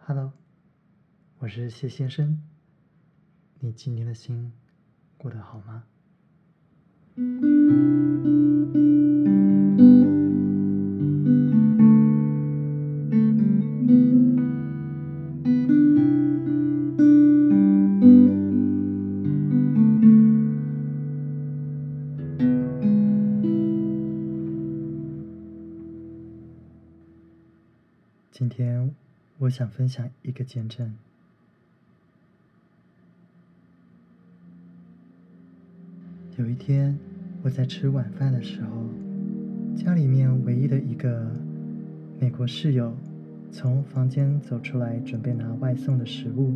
Hello，我是谢先生。你今天的心过得好吗？今天我想分享一个见证。有一天，我在吃晚饭的时候，家里面唯一的一个美国室友从房间走出来，准备拿外送的食物。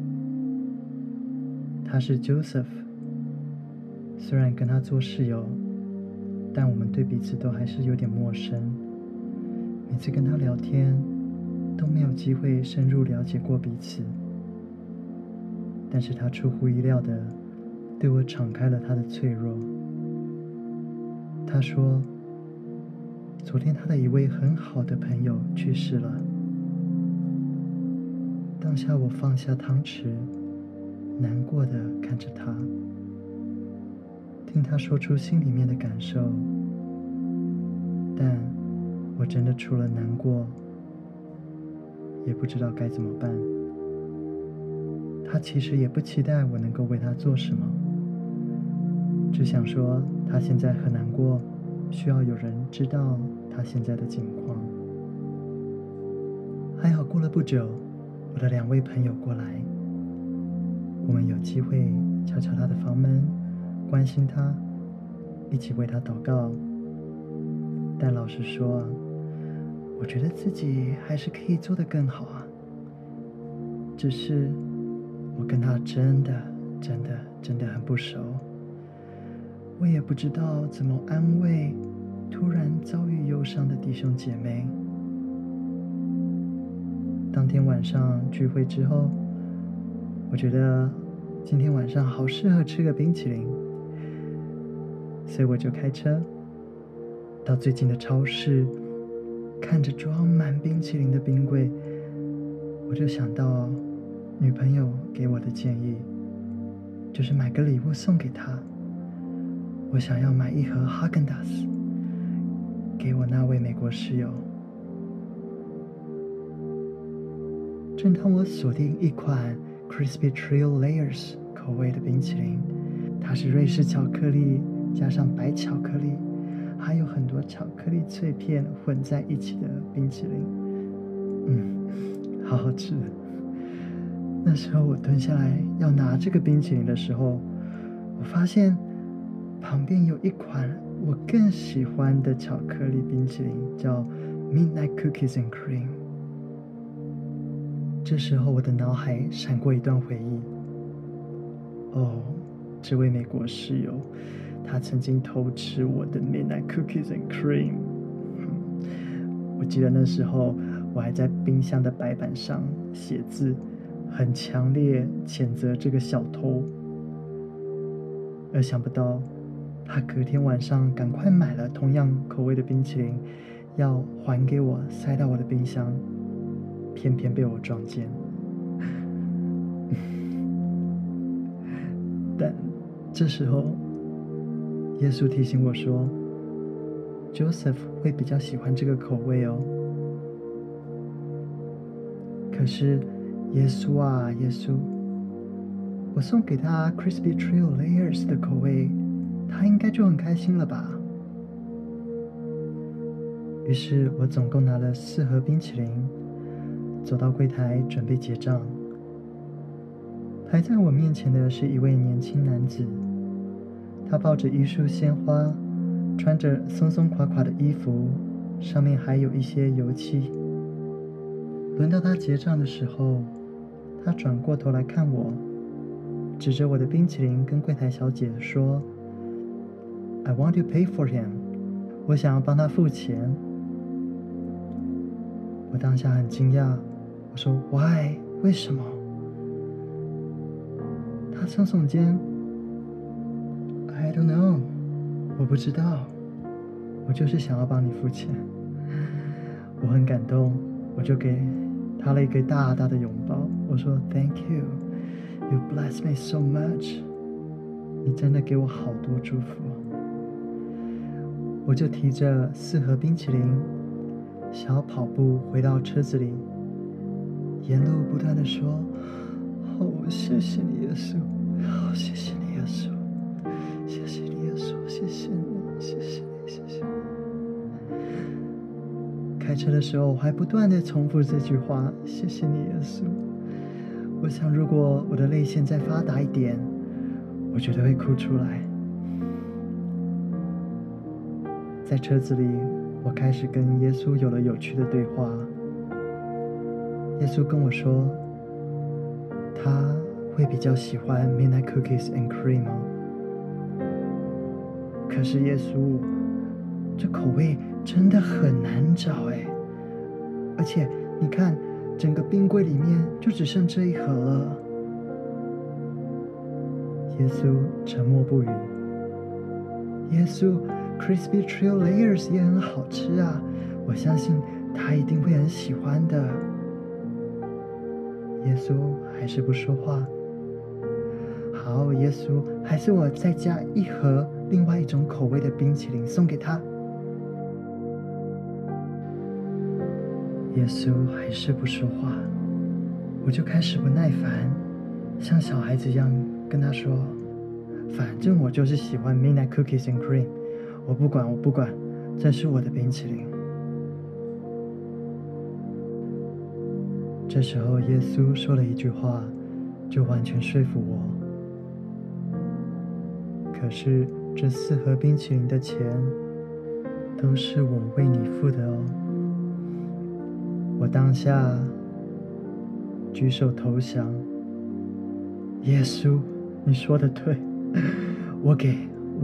他是 Joseph， 虽然跟他做室友，但我们对彼此都还是有点陌生。每次跟他聊天，都没有机会深入了解过彼此。但是他出乎意料的对我敞开了他的脆弱。他说，昨天他的一位很好的朋友去世了。当下我放下汤匙，难过的看着他，听他说出心里面的感受，但我真的除了难过，也不知道该怎么办。他其实也不期待我能够为他做什么，只想说他现在很难过，需要有人知道他现在的境况。还好过了不久，我的2位朋友过来，我们有机会敲敲他的房门，关心他，一起为他祷告。但老实说，我觉得自己还是可以做得更好啊。只是我跟他真的很不熟，我也不知道怎么安慰突然遭遇忧伤的弟兄姐妹。当天晚上聚会之后，我觉得今天晚上好适合吃个冰淇淋，所以我就开车到最近的超市，看着装满冰淇淋的冰柜，我就想到女朋友给我的建议，就是买个礼物送给她。我想要买一盒哈根达斯给我那位美国室友。正当我锁定一款 Crispy Trio Layers 口味的冰淇淋，它是瑞士巧克力加上白巧克力，还有很多巧克力脆片混在一起的冰淇淋。好好吃。那时候我蹲下来要拿这个冰淇淋的时候，我发现旁边有一款我更喜欢的巧克力冰淇淋，叫 Midnight Cookies and Cream。这时候我的脑海闪过一段回忆。这位美国室友，他曾经偷吃我的 Midnight Cookies and Cream。我记得那时候我还在冰箱的白板上写字，很强烈谴责这个小偷。而想不到他隔天晚上赶快买了同样口味的冰淇淋，要还给我，塞到我的冰箱，偏偏被我撞见。但这时候耶稣提醒我说， Joseph 会比较喜欢这个口味哦。可是耶稣啊耶稣，我送给他 Crispy Trio Layers 的口味，他应该就很开心了吧。于是我总共拿了4盒冰淇淋，走到柜台准备结账。排在我面前的是一位年轻男子，他抱着一束鲜花，穿着松松垮垮的衣服，上面还有一些油漆。轮到他结账的时候，他转过头来看我，指着我的冰淇淋跟柜台小姐说， I want to pay for him， 我想要帮他付钱。我当下很惊讶，我说 Why？ 为什么？他耸耸肩， I don't know， 我不知道，我就是想要帮你付钱。我很感动，我就给他了一个大大的拥抱。我说 Thank you, you bless me so much。你真的给我好多祝福。我就提着4盒冰淇淋，想要跑步回到车子里，沿路不断的说：“哦，谢谢你，耶稣！哦，谢谢你，耶稣！谢谢你，耶稣！谢谢你，谢谢你，谢谢你。”开车的时候，我还不断的重复这句话：“谢谢你，耶稣。”我想，如果我的泪腺再发达一点，我绝对会哭出来。在车子里，我开始跟耶稣有了有趣的对话。耶稣跟我说，他会比较喜欢 Midnight Cookies and Cream 哦。可是耶稣，这口味真的很难找哎，而且你看，整个冰柜里面就只剩这一盒了。耶稣沉默不语。耶稣 ，Crispy Trio Layers 也很好吃啊，我相信他一定会很喜欢的。耶稣还是不说话。好，耶稣，还是我再加1盒另外一种口味的冰淇淋送给他。耶稣还是不说话，我就开始不耐烦，像小孩子一样跟他说：“反正我就是喜欢 Midnight Cookies and Cream， 我不管，我不管，这是我的冰淇淋。”这时候，耶稣说了一句话，就完全说服我。可是这4盒冰淇淋的钱，都是我为你付的哦。我当下举手投降。耶稣，你说的对，我给。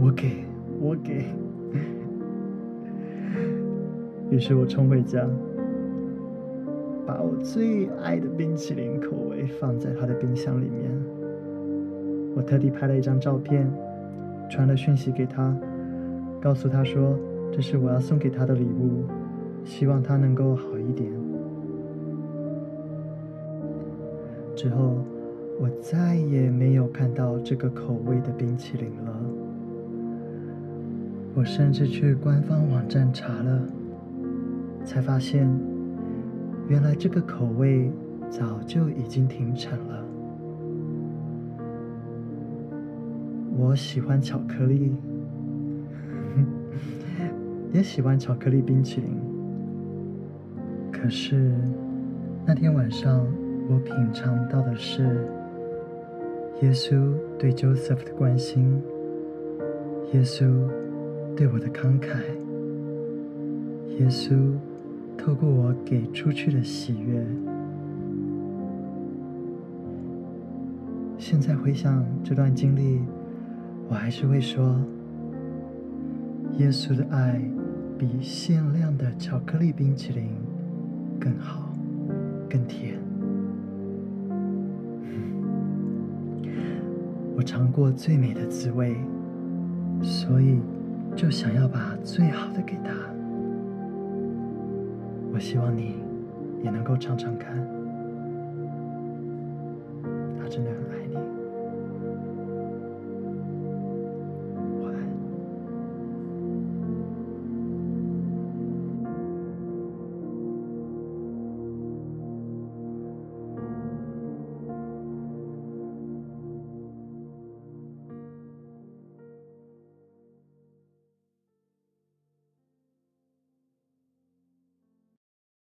于是我冲回家，把我最爱的冰淇淋口味放在他的冰箱里面。我特地拍了一张照片，传了讯息给他，告诉他说这是我要送给他的礼物，希望他能够好一点。之后我再也没有看到这个口味的冰淇淋了。我甚至去官方网站查了，才发现原来这个口味早就已经停产了。我喜欢巧克力，也喜欢巧克力冰淇淋。可是那天晚上，我品尝到的是耶稣对 Joseph 的关心，耶稣对我的慷慨，耶稣透过我给出去的喜悦。现在回想这段经历，我还是会说，耶稣的爱比限量的巧克力冰淇淋更好，更甜。我尝过最美的滋味，所以就想要把最好的给他。我希望你也能够尝尝看，他真的很